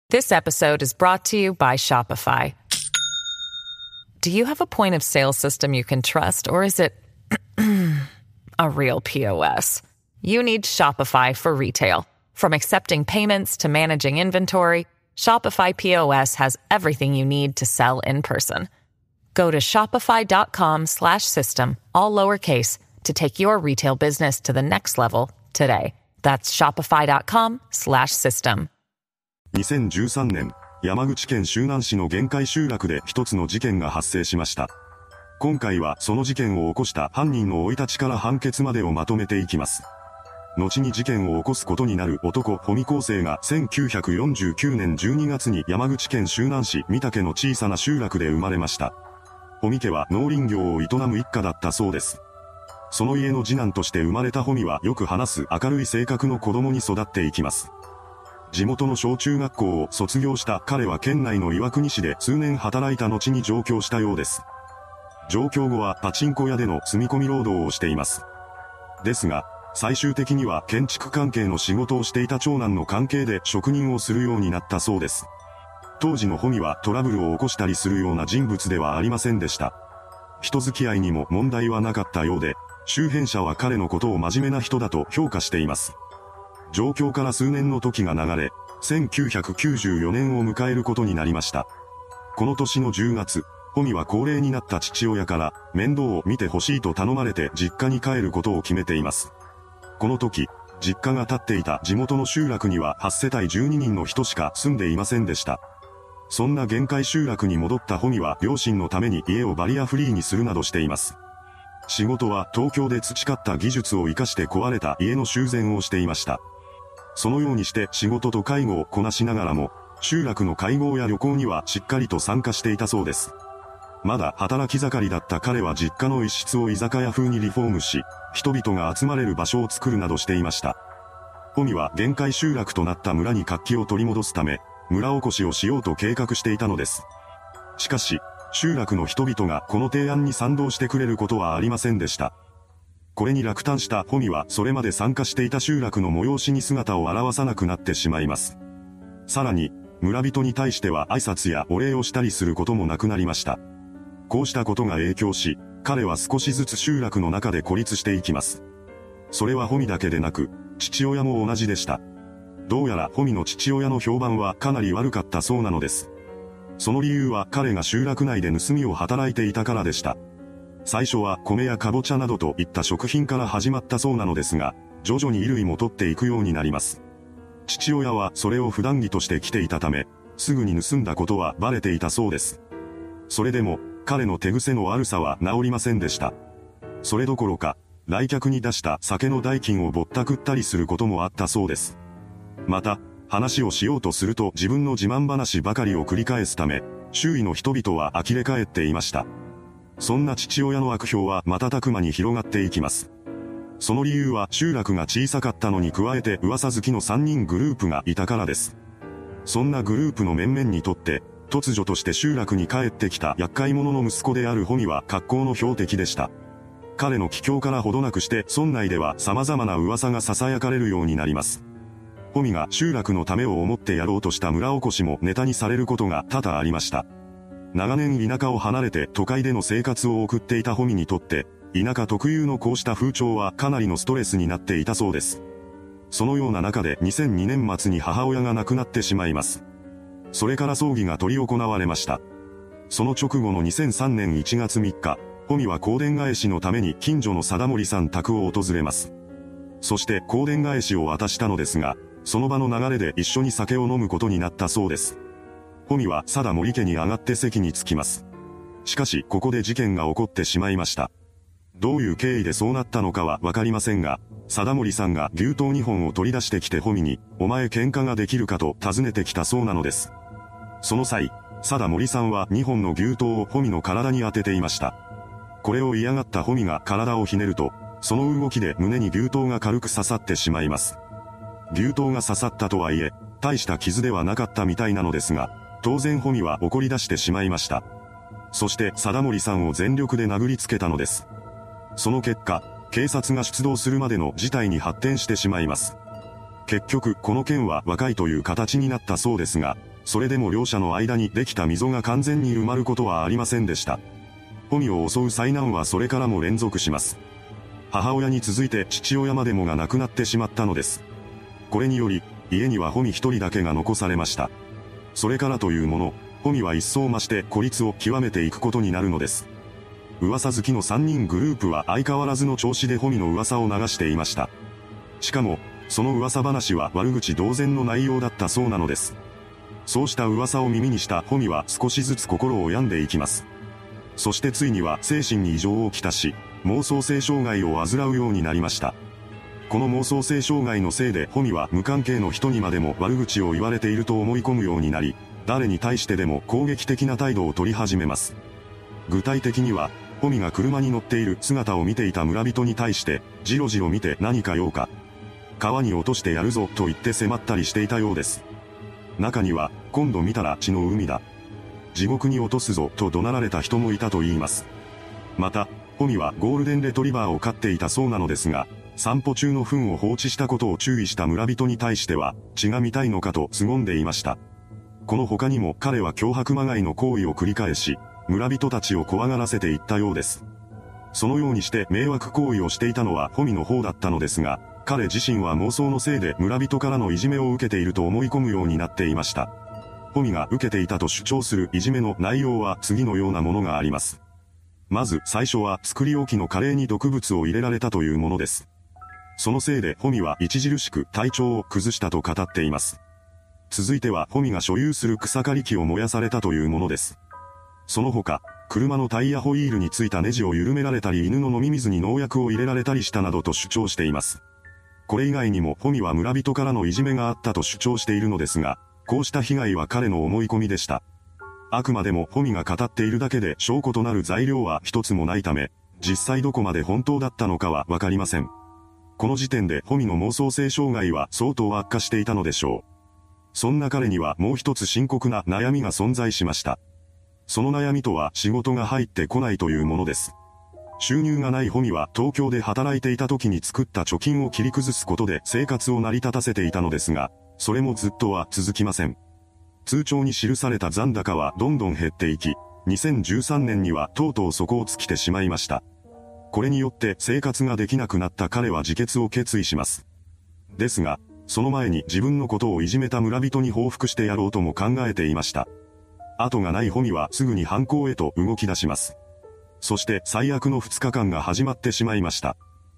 This episode is brought to you by Shopify. Do you have a point of sale system you can trust, or is it a real POS? You need Shopify for retail. From accepting payments to managing inventory, Shopify POS has everything you need to sell in person. Go to shopify.com/system, all lowercase, to take your retail business to the next level today. That's shopify.com/system. 2013年、山口県周南市の限界集落で一つの事件が発生しました。今回はその事件を起こした犯人の生い立ちから判決までをまとめていきます。後に事件を起こすことになる男、保見光成が1949年12月に山口県周南市御嶽の小さな集落で生まれました。保見家は農林業を営む一家だったそうです。その家の次男として生まれた保見はよく話す明るい性格の子供に育っていきます。地元の小中学校を卒業した彼は県内の岩国市で数年働いた後に上京したようです。上京後はパチンコ屋での積み込み労働をしています。ですが、最終的には建築関係の仕事をしていた長男の関係で職人をするようになったそうです。当時の保見はトラブルを起こしたりするような人物ではありませんでした。人付き合いにも問題はなかったようで、周辺者は彼のことを真面目な人だと評価しています。上京から数年の時が流れ、1994年を迎えることになりました。この年の10月、保見は高齢になった父親から面倒を見てほしいと頼まれて実家に帰ることを決めています。この時、実家が建っていた地元の集落には8世帯12人の人しか住んでいませんでした。そんな限界集落に戻った保見は両親のために家をバリアフリーにするなどしています。仕事は東京で培った技術を活かして壊れた家の修繕をしていました。そのようにして仕事と介護をこなしながらも、集落の会合や旅行にはしっかりと参加していたそうです。まだ働き盛りだった彼は実家の一室を居酒屋風にリフォームし、人々が集まれる場所を作るなどしていました。保見は限界集落となった村に活気を取り戻すため、村おこしをしようと計画していたのです。しかし、集落の人々がこの提案に賛同してくれることはありませんでした。これに落胆した保見はそれまで参加していた集落の催しに姿を現さなくなってしまいます。さらに、村人に対しては挨拶やお礼をしたりすることもなくなりました。こうしたことが影響し、彼は少しずつ集落の中で孤立していきます。それは保見だけでなく、父親も同じでした。どうやら保見の父親の評判はかなり悪かったそうなのです。その理由は彼が集落内で盗みを働いていたからでした。最初は米やかぼちゃなどといった食品から始まったそうなのですが、徐々に衣類も取っていくようになります。父親はそれを普段着として着ていたため、すぐに盗んだことはバレていたそうです。それでも、彼の手癖の悪さは治りませんでした。それどころか、来客に出した酒の代金をぼったくったりすることもあったそうです。また、話をしようとすると自分の自慢話ばかりを繰り返すため、周囲の人々は呆れ返っていました。そんな父親の悪評は瞬く間に広がっていきます。その理由は集落が小さかったのに加えて噂好きの3人グループがいたからです。そんなグループの面々にとって、突如として集落に帰ってきた厄介者の息子である保見は格好の標的でした。彼の帰郷からほどなくして村内では様々な噂が囁かれるようになります。保見が集落のためを思ってやろうとした村おこしもネタにされることが多々ありました。長年田舎を離れて都会での生活を送っていた保見にとって、田舎特有のこうした風潮はかなりのストレスになっていたそうです。そのような中で2002年末に母親が亡くなってしまいます。それから葬儀が執り行われました。その直後の2003年1月3日、保見は香典返しのために近所の貞森さん宅を訪れます。そして香典返しを渡したのですが、その場の流れで一緒に酒を飲むことになったそうです。保見は貞森家に上がって席に着きます。しかしここで事件が起こってしまいました。どういう経緯でそうなったのかはわかりませんが、貞森さんが牛刀2本を取り出してきて保見に、お前喧嘩ができるかと尋ねてきたそうなのです。その際、貞森さんは2本の牛刀を保見の体に当てていました。これを嫌がった保見が体をひねると、その動きで胸に牛刀が軽く刺さってしまいます。牛刀が刺さったとはいえ、大した傷ではなかったみたいなのですが、当然保見は怒り出してしまいました。そして貞森さんを全力で殴りつけたのです。その結果、警察が出動するまでの事態に発展してしまいます。結局この件は和解という形になったそうですが、 それでも両者の間にできた溝が完全に埋まることはありませんでした。保見を襲う災難はそれからも連続します。母親に続いて父親までもが亡くなってしまったのです。これにより、家には保見一人だけが残されました。それからというもの、保見は一層増して孤立を極めていくことになるのです。噂好きの3人グループは相変わらずの調子で保見の噂を流していました。しかも、その噂話は悪口同然の内容だったそうなのです。そうした噂を耳にした保見は少しずつ心を病んでいきます。そしてついには精神に異常をきたし、妄想性障害を患うようになりました。この妄想性障害のせいで保見は無関係の人にまでも悪口を言われていると思い込むようになり、誰に対してでも攻撃的な態度を取り始めます。具体的には、保見が車に乗っている姿を見ていた村人に対して、じろじろ見て何か用か。川に落としてやるぞと言って迫ったりしていたようです。中には、今度見たら血の海だ。地獄に落とすぞと怒鳴られた人もいたと言います。また、保見はゴールデンレトリバーを飼っていたそうなのですが、散歩中の糞を放置したことを注意した村人に対しては、血が見たいのかと凄んでいました。この他にも彼は脅迫まがいの行為を繰り返し、村人たちを怖がらせていったようです。そのようにして迷惑行為をしていたのは保見の方だったのですが、彼自身は妄想のせいで村人からのいじめを受けていると思い込むようになっていました。保見が受けていたと主張するいじめの内容は次のようなものがあります。まず最初は作り置きのカレーに毒物を入れられたというものです。そのせいで保見は著しく体調を崩したと語っています。続いては保見が所有する草刈り機を燃やされたというものです。その他、車のタイヤホイールについたネジを緩められたり犬の飲み水に農薬を入れられたりしたなどと主張しています。これ以外にも保見は村人からのいじめがあったと主張しているのですが、こうした被害は彼の思い込みでした。あくまでも保見が語っているだけで証拠となる材料は一つもないため、実際どこまで本当だったのかはわかりません。この時点で保見の妄想性障害は相当悪化していたのでしょう。そんな彼にはもう一つ深刻な悩みが存在しました。その悩みとは仕事が入ってこないというものです。収入がない保見は東京で働いていた時に作った貯金を切り崩すことで生活を成り立たせていたのですが、それもずっとは続きません。通帳に記された残高はどんどん減っていき、2013年にはとうとう底を尽きてしまいました。これによって生活ができなくなった彼は自決を決意します。ですが、その前に自分のことをいじめた村人に報復してやろうとも考えていました。後がない保見はすぐに犯行へと動き出します。そして最悪の2日間が始まってしまいました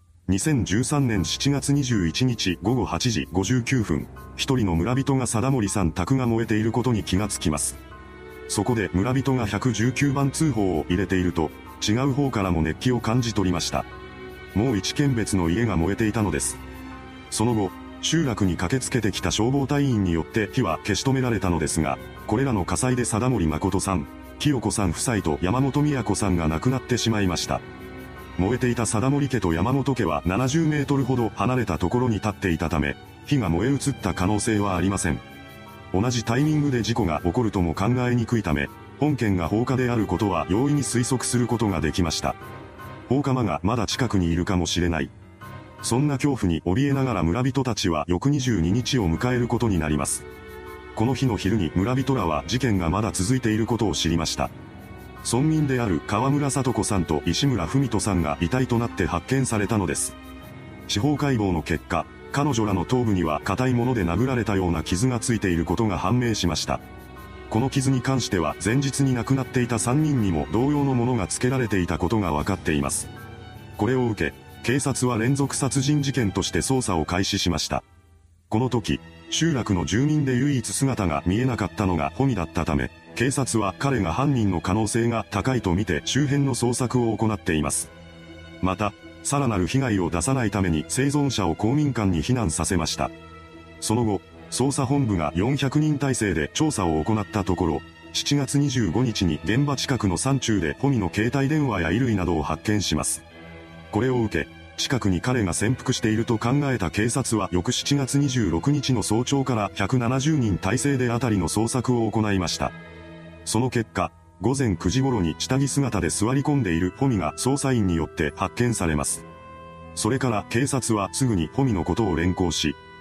。2013年7月21日午後8時59分、一人の村人が貞森さん宅が燃えていることに気がつきます。そこで村人が119番通報を入れていると、違う方からも熱気を感じ取りました。もう一軒別の家が燃えていたのです。その後、集落に駆けつけてきた消防隊員によって火は消し止められたのですが、これらの火災で貞森誠さん、清子さん夫妻と山本美也子さんが亡くなってしまいました。燃えていた貞森家と山本家は70メートルほど離れたところに立っていたため、火が燃え移った可能性はありません。同じタイミングで事故が起こるとも考えにくいため、本件が放火であることは容易に推測することができました。放火魔がまだ近くにいるかもしれない。そんな恐怖に怯えながら村人たちは翌22日を迎えることになります。この日の昼に村人らは事件がまだ続いていることを知りました。村民である川村聡子さんと石村文人さんが遺体となって発見されたのです。司法解剖の結果、彼女らの頭部には硬いもので殴られたような傷がついていることが判明しました。この傷に関しては前日に亡くなっていた3人にも同様のものが付けられていたことが分かっています。これを受け、警察は連続殺人事件として捜査を開始しました。この時、集落の住民で唯一姿が見えなかったのが保見だったため、警察は彼が犯人の可能性が高いとみて周辺の捜索を行っています。また、さらなる被害を出さないために生存者を公民館に避難させました。その後、捜査本部が400人体制で調査を行ったところ、7月25日に現場近くの山中で保見の携帯電話や衣類などを発見します。これを受け、近くに彼が潜伏していると考えた警察は翌7月26日の早朝から170人体制で辺りの捜索を行いました。その結果、午前9時頃に下着姿で座り込んでいる保見が捜査員によって発見されます。それから警察はすぐに保見のことを連行し、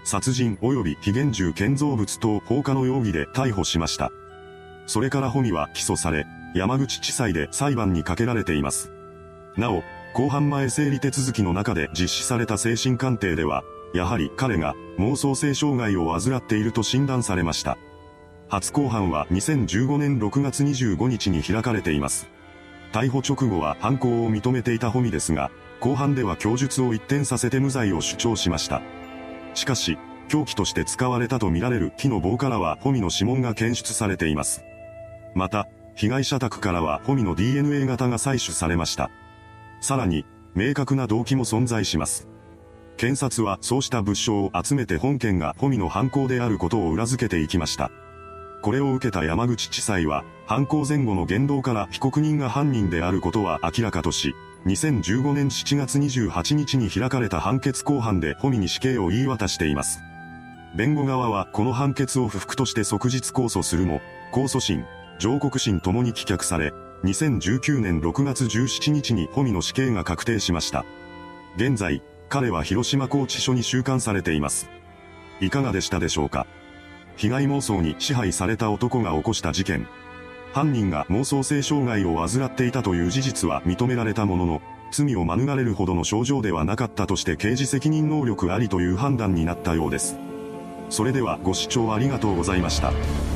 殺人及び非現住建造物等放火の容疑で逮捕しました。それから保見は起訴され、山口地裁で裁判にかけられています。なお、公判前整理手続きの中で実施された精神鑑定では、やはり彼が妄想性障害を患っていると診断されました。初公判は2015年6月25日に開かれています。逮捕直後は犯行を認めていた保見ですが、公判では供述を一転させて無罪を主張しました。しかし、凶器として使われたとみられる木の棒からは保見の指紋が検出されています。また、被害者宅からは保見の DNA 型が採取されました。さらに、明確な動機も存在します。検察はそうした物証を集めて本件が保見の犯行であることを裏付けていきました。これを受けた山口地裁は、犯行前後の言動から被告人が犯人であることは明らかとし、2015年7月28日に開かれた判決公判で保見に死刑を言い渡しています。弁護側はこの判決を不服として即日控訴するも、控訴審、上告審ともに棄却され、2019年6月17日に保見の死刑が確定しました。現在、彼は広島拘置所に収監されています。いかがでしたでしょうか。被害妄想に支配された男が起こした事件。犯人が妄想性障害を患っていたという事実は認められたものの、罪を免れるほどの症状ではなかったとして刑事責任能力ありという判断になったようです。それではご視聴ありがとうございました。